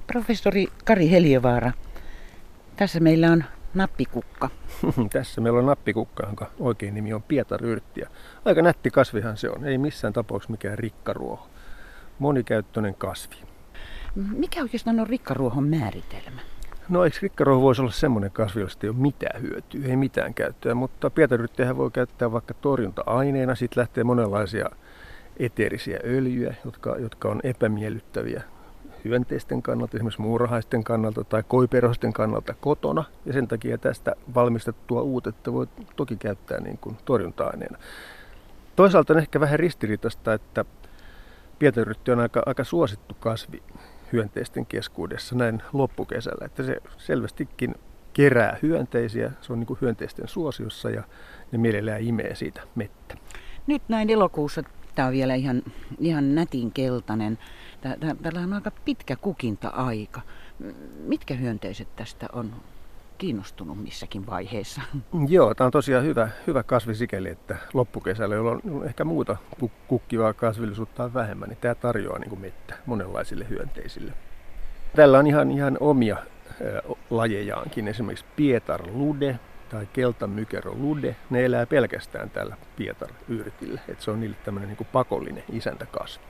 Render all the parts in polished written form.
Professori Kari Heliövaara, tässä meillä on nappikukka. Tässä meillä on nappikukka, jonka oikein nimi on Pietaryrtti. Aika nätti kasvihan se on, ei missään tapauksessa mikään rikkaruoho. Monikäyttöinen kasvi. Mikä oikeastaan on rikkaruohon määritelmä? No eikö rikkaruoho voisi olla semmoinen kasvi, josta ei ole mitään hyötyä, ei mitään käyttöä, mutta pietaryrttiä voi käyttää vaikka torjunta-aineena. Siitä lähtee monenlaisia eteerisiä öljyjä, jotka on epämiellyttäviä hyönteisten kannalta, esimerkiksi muurahaisten kannalta tai koiperhosten kannalta kotona. Ja sen takia tästä valmistettua uutetta voi toki käyttää niin kuin torjunta-aineena. Toisaalta on ehkä vähän ristiriitaista, että pietaryrtti on aika suosittu kasvi hyönteisten keskuudessa näin loppukesällä, että se selvästikin kerää hyönteisiä, se on niin kuin hyönteisten suosiossa ja ne mielellään imee siitä mettä. Nyt näin elokuussa, tämä on vielä ihan nätin keltainen, tällä on aika pitkä kukinta-aika. Mitkä hyönteiset tästä on kiinnostunut missäkin vaiheessa? Joo, tämä on tosiaan hyvä kasvi sikäli, että loppukesällä, jolloin ehkä muuta kukkivaa kasvillisuutta on vähemmän, niin tämä tarjoaa niin kuin mettä monenlaisille hyönteisille. Tällä on ihan omia lajejaankin, esimerkiksi pietarlude tai keltamykerolude. Ne elää pelkästään tällä pietaryrtillä, että se on niille tämmöinen niin kuin pakollinen isäntäkasvi.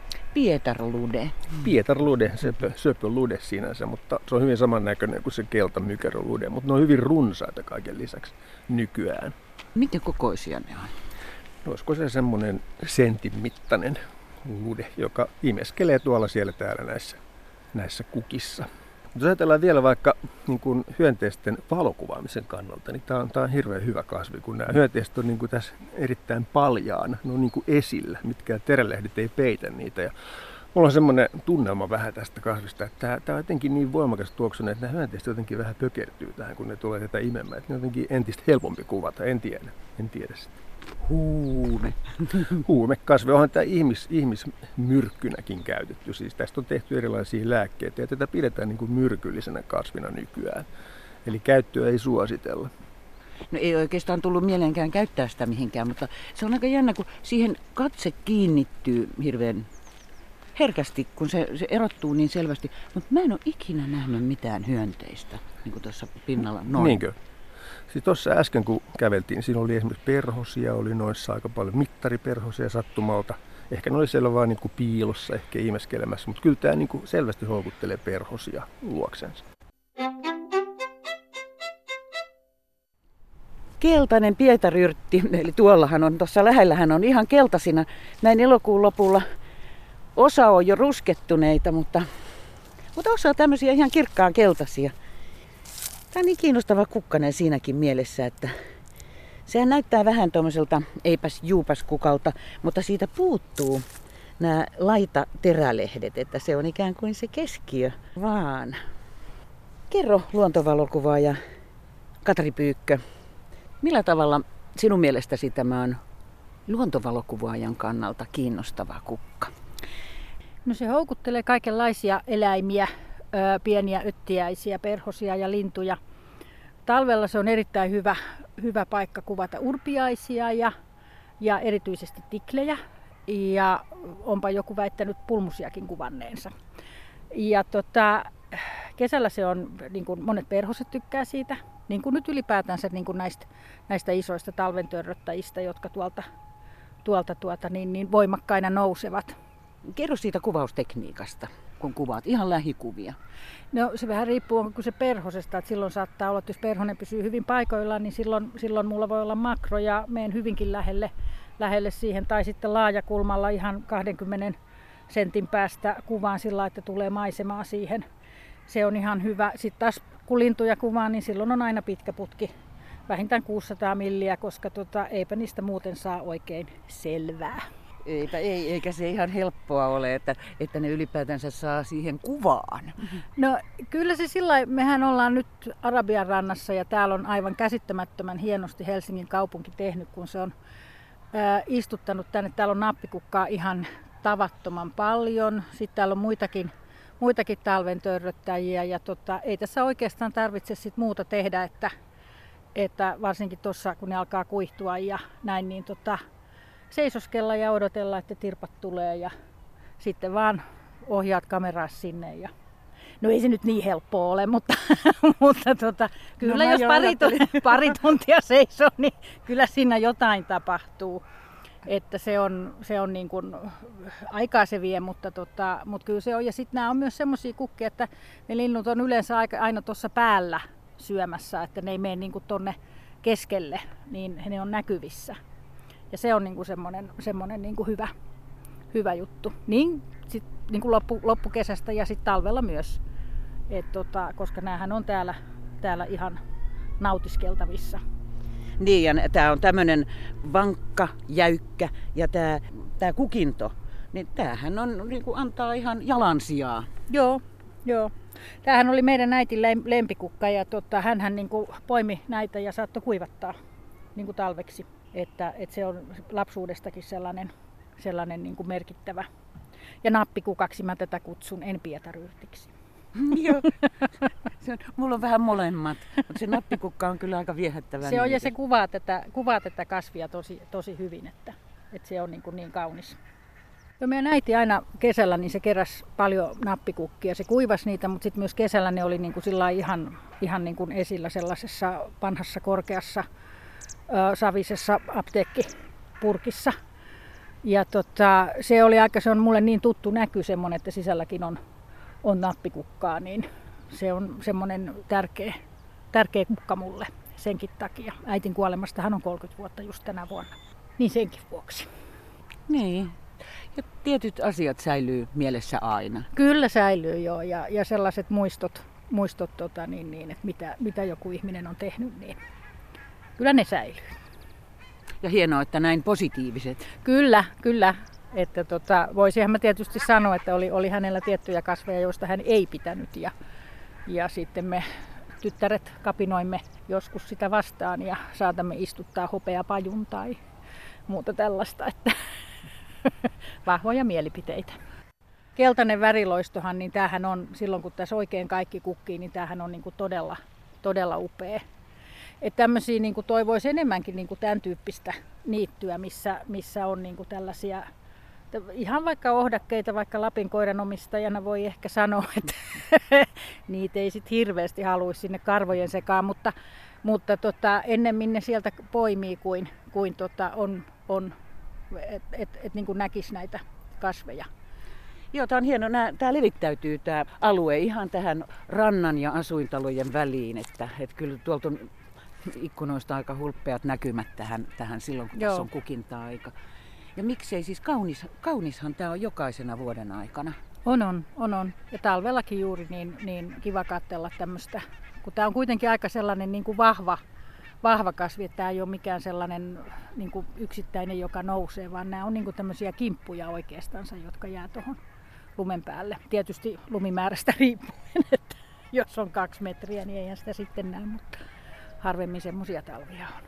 Pietarlude. Pietarlude, söpölude sinänsä, mutta se on hyvin samannäköinen kuin se keltamykerolude, mutta ne on hyvin runsaita kaiken lisäksi nykyään. Miten kokoisia ne on? No, olisiko se semmoinen sentin mittainen lude, joka imeskelee tuolla siellä täällä näissä kukissa. Mutta jos ajatellaan vielä vaikka niin kuin hyönteisten valokuvaamisen kannalta, niin tämä on hirveän hyvä kasvi, kun nämä hyönteiset on niin kuin tässä erittäin paljaana, ne on niin kuin esillä, mitkä terälehdet ei peitä niitä. Ja mulla on semmoinen tunnelma vähän tästä kasvista, että tämä on jotenkin niin voimakas tuoksunen, että nämä hyönteiset jotenkin vähän pökertyy tähän, kun ne tulee tätä imemään. Että ne on jotenkin entistä helpompi kuvata, en tiedä sitä. Huumekasvi. Onhan tämä ihmismyrkkynäkin käytetty. Siis tästä on tehty erilaisia lääkkeitä ja tätä pidetään niin kuin myrkyllisenä kasvina nykyään. Eli käyttöä ei suositella. No ei oikeastaan tullut mieleenkään käyttää sitä mihinkään, mutta se on aika jännä, kun siihen katse kiinnittyy hirveän herkästi, kun se erottuu niin selvästi. Mutta mä en ole ikinä nähnyt mitään hyönteistä, niin kuin tuossa pinnalla noin. Niinkö? Siis tuossa äsken kun käveltiin, siinä oli esimerkiksi perhosia, oli noissa aika paljon mittariperhosia sattumalta. Ehkä ne oli siellä vaan niin kuin piilossa, ehkä imeskelemässä, mutta kyllä tämä niin kuin selvästi houkuttelee perhosia luoksensa. Keltainen pietaryrtti, eli tuollahan on, tuossa lähellähän on ihan keltaisina näin elokuun lopulla. Osa on jo ruskettuneita, mutta osa on tämmöisiä ihan kirkkaan keltaisia. Tämä on niin kiinnostava kukkanen siinäkin mielessä, että sehän näyttää vähän tuommoiselta eipäs juupas kukalta, mutta siitä puuttuu nämä laitaterälehdet, että se on ikään kuin se keskiö vaan. Kerro luontovalokuvaaja Katri Pyykkö, millä tavalla sinun mielestäsi tämä on luontovalokuvaajan kannalta kiinnostava kukka? No se houkuttelee kaikenlaisia eläimiä, pieniä öttiäisiä, perhosia ja lintuja. Talvella se on erittäin hyvä paikka kuvata urpiaisia ja erityisesti tiklejä. Ja onpa joku väittänyt pulmusiakin kuvanneensa. Ja kesällä se on, niin kuin monet perhoset tykkää siitä, niin kuin nyt ylipäätänsä niin kuin näistä isoista talventörröttäjistä, jotka tuolta niin voimakkaina nousevat. Kerro siitä kuvaustekniikasta, kun kuvaat ihan lähikuvia. No se vähän riippuu kun se perhosesta, että silloin saattaa olla, että jos perhonen pysyy hyvin paikoillaan, niin silloin mulla voi olla makro ja menen hyvinkin lähelle siihen. Tai sitten laajakulmalla ihan 20 sentin päästä kuvaan sillä, että tulee maisemaa siihen. Se on ihan hyvä. Sitten taas kun lintuja kuvaan, niin silloin on aina pitkä putki, vähintään 600 milliä, koska eipä niistä muuten saa oikein selvää. Eikä se ihan helppoa ole, että ne ylipäätänsä saa siihen kuvaan. No kyllä se sillä mehän ollaan nyt Arabian rannassa ja täällä on aivan käsittämättömän hienosti Helsingin kaupunki tehnyt, kun se on istuttanut tänne. Täällä on nappikukkaa ihan tavattoman paljon. Sitten täällä on muitakin talventörröttäjiä ja ei tässä oikeastaan tarvitse sit muuta tehdä, että varsinkin tuossa kun ne alkaa kuihtua ja näin, niin seisoskella ja odotella, että tirpat tulee ja sitten vaan ohjaat kameraa sinne. No ei se nyt niin helppoa ole, mutta, mutta kyllä No, jos pari tuntia seisoo, niin kyllä siinä jotain tapahtuu. Että se on niin kuin, aikaa se vie, mutta kyllä se on. Ja sitten nämä on myös semmoisia kukkia, että ne linnut on yleensä aina tuossa päällä syömässä, että ne ei mene niin kuin tonne keskelle, niin ne on näkyvissä. Ja se on niin kuin semmoinen niin kuin hyvä juttu. Niin, niin kuin loppukesästä ja sitten talvella myös. Koska näähän on täällä ihan nautiskeltavissa. Niin, ja tämä on tämmöinen vankka, jäykkä ja tämä kukinto, niin tämähän on, niin kuin antaa ihan jalansijaa. Joo. Tämähän oli meidän äitin lempikukka ja hänhän niin kuin poimi näitä ja saattoi kuivattaa niin kuin talveksi. Että se on lapsuudestakin sellainen niin kuin merkittävä. Ja nappikukaksi mä tätä kutsun, en pietaryrtiksi. Joo. Mulla on vähän molemmat, mutta se nappikukka on kyllä aika viehättävä. Se on ja se kuvaa tätä kasvia tosi hyvin, että se on niin kaunis. Ja meidän äiti aina kesällä niin se keräsi paljon nappikukkia. Se kuivasi niitä, mutta sitten myös kesällä ne oli niin kuin ihan niin kuin esillä sellaisessa vanhassa korkeassa savisessa apteekkipurkissa. Ja se on mulle niin tuttu näky semmoinen, että sisälläkin on nappikukkaa, niin se on semmoinen tärkeä kukka mulle senkin takia. Äitin kuolemastahan on 30 vuotta just tänä vuonna, niin senkin vuoksi. Niin, ja tietyt asiat säilyy mielessä aina. Kyllä säilyy joo, ja sellaiset muistot että mitä joku ihminen on tehnyt, niin kyllä ne säilyy. Ja hienoa, että näin positiiviset. Kyllä. Että voisinhan mä tietysti sanoa, että oli hänellä tiettyjä kasveja, joista hän ei pitänyt. Ja sitten me tyttäret kapinoimme joskus sitä vastaan ja saatamme istuttaa hopeapajun tai muuta tällaista. Että vahvoja mielipiteitä. Keltainen väriloistohan, niin tämähän on, silloin kun tässä oikein kaikki kukkii, niin tämähän on niin kuin todella upea. Että tämmöisiä niin kuin toivoisi enemmänkin niin kuin tämän tyyppistä niittyä, missä on niin kuin tällaisia ihan vaikka ohdakkeita, vaikka Lapin koiran omistajana voi ehkä sanoa, että niitä ei sit hirveästi haluaisi sinne karvojen sekaan, mutta ennemmin ne sieltä poimii kuin että niin kuin näkisi näitä kasveja. Joo, tämä on hieno. Tämä levittäytyy tämä alue ihan tähän rannan ja asuintalojen väliin, että kyllä tuolta on ikkunoista aika hulppeat näkymät tähän silloin, kun tässä on kukinta-aika. Ja miksei siis kaunishan tämä on jokaisena vuoden aikana. On. Ja talvellakin juuri niin kiva katsella tämmöistä, kun tämä on kuitenkin aika sellainen niin kuin vahva kasvi, että tämä ei ole mikään sellainen niin kuin yksittäinen, joka nousee, vaan nämä on niin kuin tämmöisiä kimppuja oikeastansa, jotka jää tuohon lumen päälle. Tietysti lumimäärästä riippuen, että jos on 2 metriä, niin eihän sitä sitten näe, mutta harvemmin semmoisia talvia on.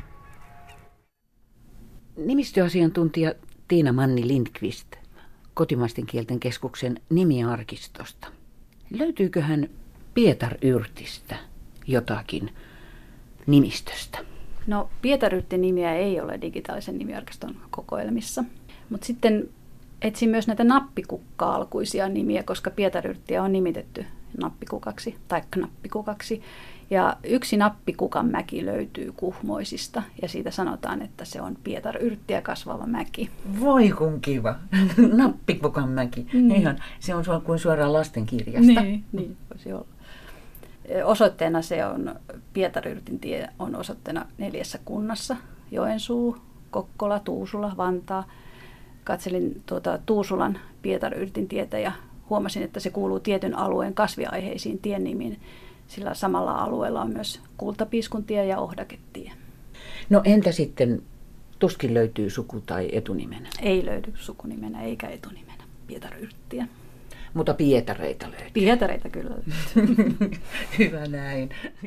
Nimistöasiantuntija Tiina Manni-Lindqvist Kotimaisten kielten keskuksen nimiarkistosta. Löytyyköhän Pietaryrtistä jotakin nimistöstä? No Pietaryrtti-nimiä ei ole digitaalisen nimiarkiston kokoelmissa, mutta sitten etsin myös näitä nappikukka-alkuisia nimiä, koska Pietaryrttiä on nimitetty nappikukaksi tai knappikukaksi. Ja yksi nappikukan mäki löytyy Kuhmoisista ja siitä sanotaan, että se on Pietaryrttiä kasvava mäki. Voi kun kiva. Nappikukan mäki. Ihan, se on kuin suoraan lastenkirjasta. Niin voisi olla. Osoitteena se on, Pietaryrtin tie on osoitteena 4 kunnassa. Joensuu, Kokkola, Tuusula, Vantaa. Katselin Tuusulan Pietaryrtin tietä ja huomasin, että se kuuluu tietyn alueen kasviaiheisiin tiennimiin. Sillä samalla alueella on myös kultapiiskuntie ja ohdaketie. No entä sitten, tuskin löytyy suku- tai etunimenä? Ei löydy sukunimenä eikä etunimenä Pietaryrttiä. Mutta pietareita löytyy. Pietareita kyllä. Hyvä näin.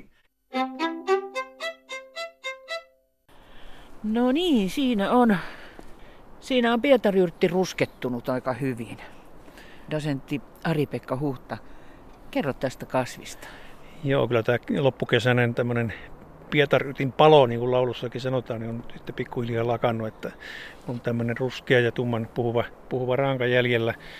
No niin, siinä on Pietaryrtti ruskettunut aika hyvin. Dosentti Ari-Pekka Huhta, kerro tästä kasvista. Joo, kyllä tämä loppukesäinen tämmöinen Pietaryrtin palo, niin kuin laulussakin sanotaan, niin on sitten pikkuhiljaa lakannut, että on tämmöinen ruskea ja tumman puhuva ranka jäljellä.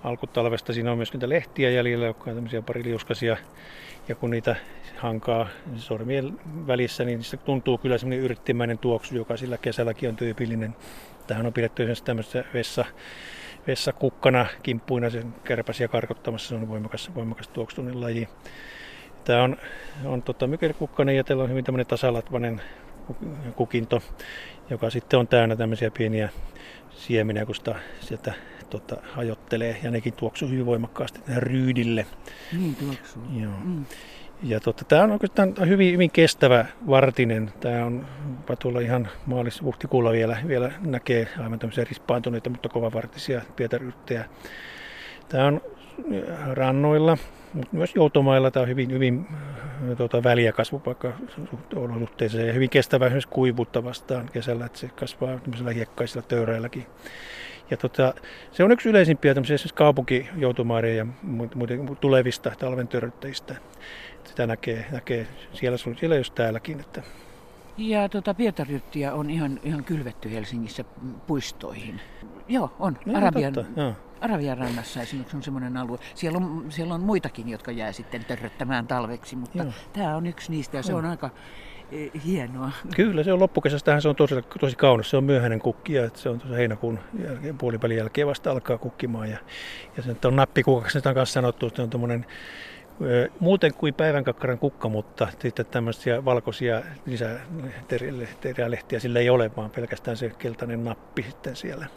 alkutalvesta siinä on myös niitä lehtiä jäljellä, jotka on tämmöisiä pariliuskaisia. Ja kun niitä hankaa sormien välissä, niin se tuntuu kyllä semmoinen yrttimäinen tuoksu, joka sillä kesälläkin on tyypillinen. Tähän on pidetty esimerkiksi tämmöistä vessakukkana kimppuina sen kärpäsiä karkottamassa. Se on voimakas tuoksuinen laji. Tämä on mykerikukkanen ja tällä on hyvin tämmöinen tasalatvainen kukinto, joka sitten on täynnä tämmöisiä pieniä siemeniä, kun sitä sieltä hajottelee, ja nekin tuoksuu hyvin voimakkaasti tähän ryydille. Niin tuoksuu. Joo. Ja tämä on oikeastaan hyvin kestävä vartinen. Tämä on tuolla ihan maalis-huhtikuulla vielä näkee aivan tämmöisiä rispaantuneita, mutta kovavartisia pietaryyrttejä. Tämä on rannoilla, mutta myös joutomailla. Tämä on hyvin väliä kasvupaikka olosuhteeseen ja hyvin kestävä esimerkiksi kuivuutta vastaan kesällä, että se kasvaa tämmöisillä hiekkaisilla töyräilläkin. Ja se on yksi yleisimpiä esimerkiksi kaupunkijoutomaiden ja muiden tulevista talventöröttäjistä. Sitä näkee siellä jos täälläkin. Että. Ja pietaryyrttiä on ihan kylvetty Helsingissä puistoihin. Joo, on. Arabian rannassa esimerkiksi on semmoinen alue. Siellä on muitakin, jotka jää sitten törröttämään talveksi, mutta tämä on yksi niistä ja se on aika hienoa. Kyllä, se on loppukesästähän se on tosi kaunis. Se on myöhäinen kukkia, että se on tuossa heinäkuun puolivälin jälkeen vasta alkaa kukkimaan. Ja se on nappikukaksi, sitä on kanssa sanottu, että se on tommoinen muuten kuin päivänkakkaran kukka, mutta sitten tämmöisiä valkoisia lisäterialehtiä sillä ei ole, vaan pelkästään se keltainen nappi sitten siellä.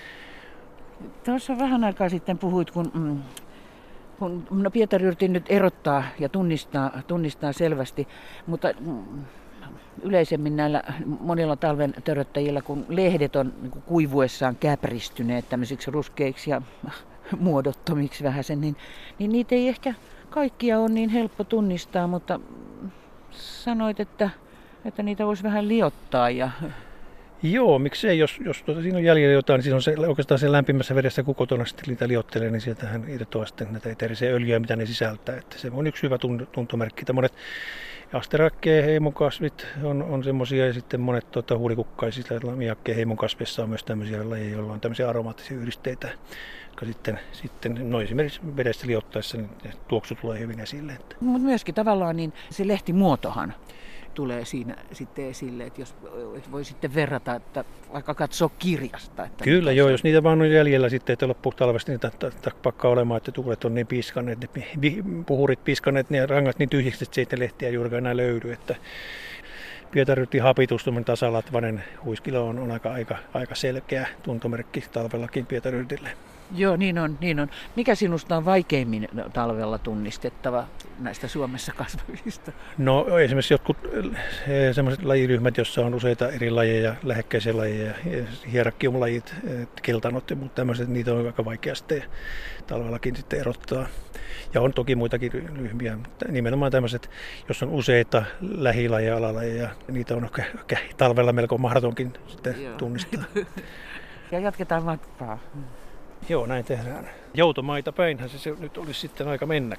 Tuossa vähän aikaa sitten puhuit, kun pietaryyrtin nyt erottaa ja tunnistaa selvästi, mutta yleisemmin näillä monilla talven töröttäjillä, kun lehdet on kuivuessaan käpristyneet tämmöisiksi ruskeiksi ja muodottomiksi vähäsen, niin niitä ei ehkä kaikkia ole niin helppo tunnistaa, mutta sanoit, että niitä voisi vähän liottaa. Joo, miksei, jos siinä on jäljellä jotain, niin siinä on oikeastaan sen lämpimässä vedessä kun kotona sitten niitä liottelee, niin sieltähän irtoaa sitten näitä eteerisiä öljyjä, mitä ne sisältää. Että se on yksi hyvä tuntomerkki. Monet asterakkeen heimokasvit on semmoisia, ja sitten monet huulikukkaisista lamiakkeen heimokasveissa on myös tämmöisiä lajeja, joilla on tämmöisiä aromaattisia yhdisteitä, jotka sitten esimerkiksi vedessä liottaessa niin tuoksu tulee hyvin esille. Mutta myöskin tavallaan niin se lehtimuotohan tulee siinä sitten esille, että jos voi sitten verrata, että vaikka katsoo kirjasta. Että kyllä joo, jos niitä vaan on jäljellä sitten, että lopputalvesta niitä pakkaa olemaan, että tuulet on niin piskanneet, ne puhurit piskanneet, ne rangat niin tyhjiksi, että siitä lehtiä juurikaan enää löydy. Että pietaryyrtin hapitus, tasalatvainen huiskilo on aika selkeä tuntomerkki talvellakin pietaryyrtille. Joo, niin on. Mikä sinusta on vaikeimmin talvella tunnistettava näistä Suomessa kasvavista? No esimerkiksi jotkut sellaiset lajiryhmät, joissa on useita eri lajeja, lähekkäisiä lajeja, hierakkiumlajit, keltanot ja muut tämmöiset, niitä on aika vaikea sitten talvellakin sitten erottaa. Ja on toki muitakin ryhmiä, nimenomaan tämmöiset, jos on useita lähilajeja, alalajeja, niitä on ehkä talvella melko mahdotonkin sitten tunnistaa. Ja jatketaan matkaa. Joo, näin tehdään. Joutomaita päinhän se nyt olisi sitten aika mennä.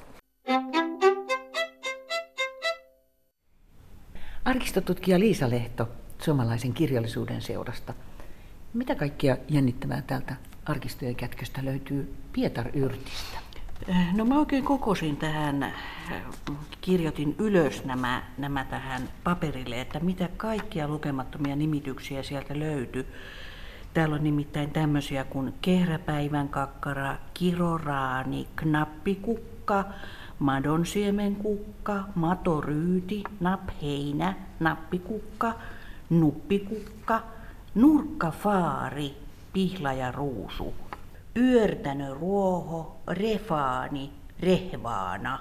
Arkistotutkija Liisa Lehto Suomalaisen kirjallisuuden seurasta. Mitä kaikkia jännittävää täältä arkistojen kätköstä löytyy Pietaryrtistä? No mä oikein kokosin tähän, kirjoitin ylös nämä tähän paperille, että mitä kaikkia lukemattomia nimityksiä sieltä löytyy. Täällä on nimittäin tämmöisiä kuin kehräpäivän kakkara, kiroraani, knappikukka, madonsiemenkukka, matoryyti, napheinä, nappikukka, nuppikukka, nurkkafaari, pihlajaruusu, pyörtänöruoho, refaani, rehvaana,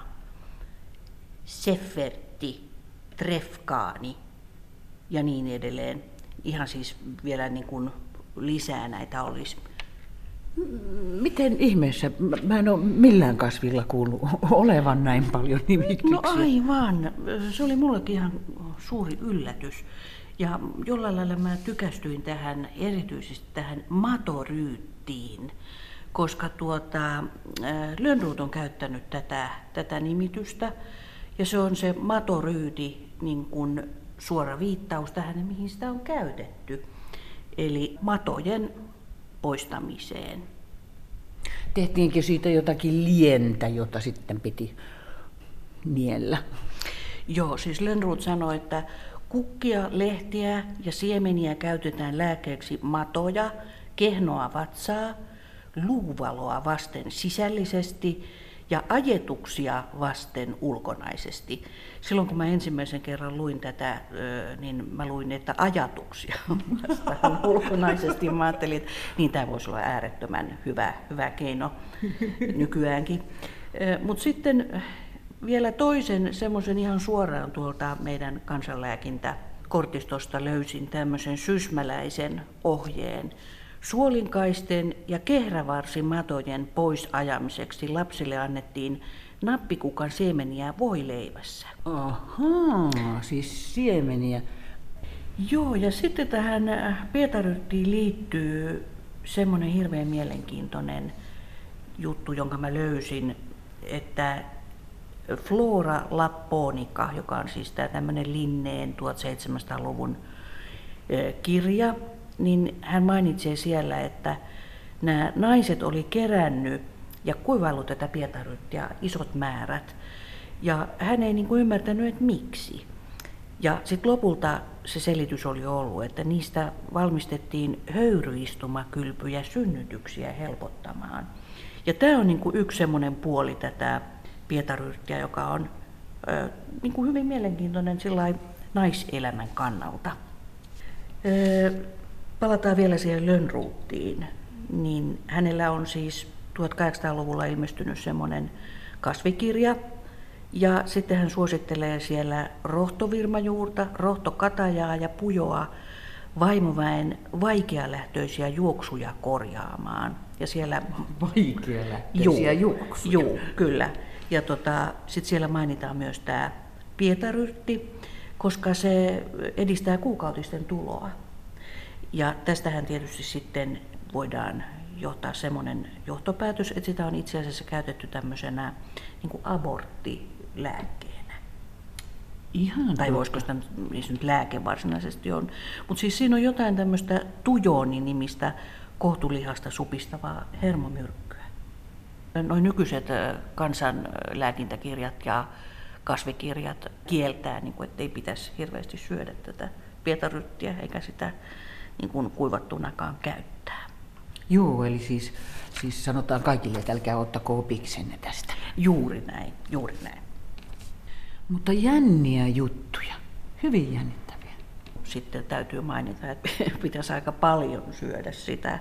seffertti, trefkaani ja niin edelleen. Ihan siis vielä niin kuin lisää näitä olisi. Miten ihmeessä? Mä en ole millään kasvilla kuullut olevan näin paljon nimityksiä. No aivan. Se oli mullekin ihan suuri yllätys. Ja jollain lailla mä tykästyin erityisesti tähän matoryyttiin, koska Lönnrot on käyttänyt tätä nimitystä. Ja se on se matoryyti niin kuin suora viittaus tähän, mihin sitä on käytetty. Eli matojen poistamiseen. Tehtiinkö siitä jotakin lientä, jota sitten piti niellä? Joo, siis Lönnrot sanoi, että kukkia, lehtiä ja siemeniä käytetään lääkkeeksi matoja, kehnoa vatsaa, luuvaloa vasten sisällisesti ja ajetuksia vasten ulkonaisesti. Silloin kun mä ensimmäisen kerran luin tätä, niin mä luin, että ajatuksia vastaan ulkonaisesti. Mä ajattelin, että niin tämä voisi olla äärettömän hyvä keino nykyäänkin. Mutta sitten vielä toisen semmoisen ihan suoraan tuolta meidän kansanlääkintäkortistosta löysin tämmöisen sysmäläisen ohjeen. Suolinkaisten ja kehrävarsimatojen pois ajamiseksi lapsille annettiin nappikukan siemeniä voileivässä. Ahaa, siis siemeniä. Joo, ja sitten tähän Pietaryrttiin liittyy semmoinen hirveän mielenkiintoinen juttu, jonka mä löysin, että Flora Lapponica, joka on siis tämä tämmöinen Linneen 1700-luvun kirja, niin hän mainitsee siellä, että nämä naiset oli kerännyt ja kuivaillut tätä Pietaryrttiä isot määrät. Ja hän ei niin kuin ymmärtänyt, että miksi. Ja sitten lopulta se selitys oli ollut, että niistä valmistettiin höyryistumakylpyjä synnytyksiä helpottamaan. Ja tämä on niin kuin yksi semmoinen puoli tätä Pietaryrttiä, joka on niin kuin hyvin mielenkiintoinen naiselämän kannalta. Palataan vielä siihen Lönnrotiin, niin hänellä on siis 1800-luvulla ilmestynyt semmoinen kasvikirja, ja sitten hän suosittelee siellä rohtovirmajuurta, rohtokatajaa ja pujoa vaimoväen vaikealähtöisiä juoksuja korjaamaan. Ja siellä vaikealähtöisiä juoksuja? Joo, kyllä. Ja sitten siellä mainitaan myös tämä Pietaryrtti, koska se edistää kuukautisten tuloa. Ja tästähän tietysti sitten voidaan johtaa semmoinen johtopäätös, että sitä on itse asiassa käytetty tämmöisenä niin kuin aborttilääkkeenä. Ihan tai voisiko sitä nyt lääke varsinaisesti on. Mutta siis siinä on jotain tämmöistä tujooni-nimistä kohtulihasta supistavaa hermomyrkkyä. Noin nykyiset kansanlääkintäkirjat ja kasvikirjat kieltää, niin kuin, ettei pitäisi hirveästi syödä tätä Pietaryrttiä eikä sitä niin kuin kuivattunakaan käyttää. Joo, eli siis sanotaan kaikille, että älkää ottako opiksenne tästä. Juuri näin, juuri näin. Mutta jänniä juttuja, hyvin jännittäviä. Sitten täytyy mainita, että pitäisi aika paljon syödä sitä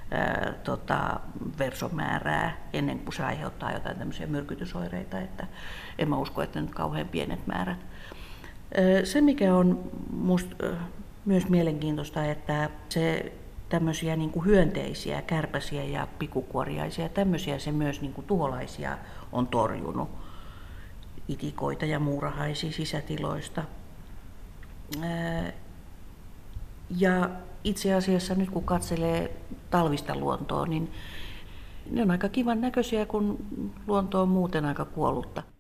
versomäärää ennen kuin se aiheuttaa jotain tämmöisiä myrkytysoireita, että en mä usko, että nyt kauhean pienet määrät. Se, mikä on musta myös mielenkiintoista, että se tämmöisiä niin kuin hyönteisiä, kärpäsiä ja pikkukuoriaisia, tämmöisiä se myös niin kuin tuholaisia on torjunut, itikoita ja muurahaisia sisätiloista. Ja itse asiassa nyt kun katselee talvista luontoa, niin ne on aika kivan näköisiä, kun luonto on muuten aika kuollutta.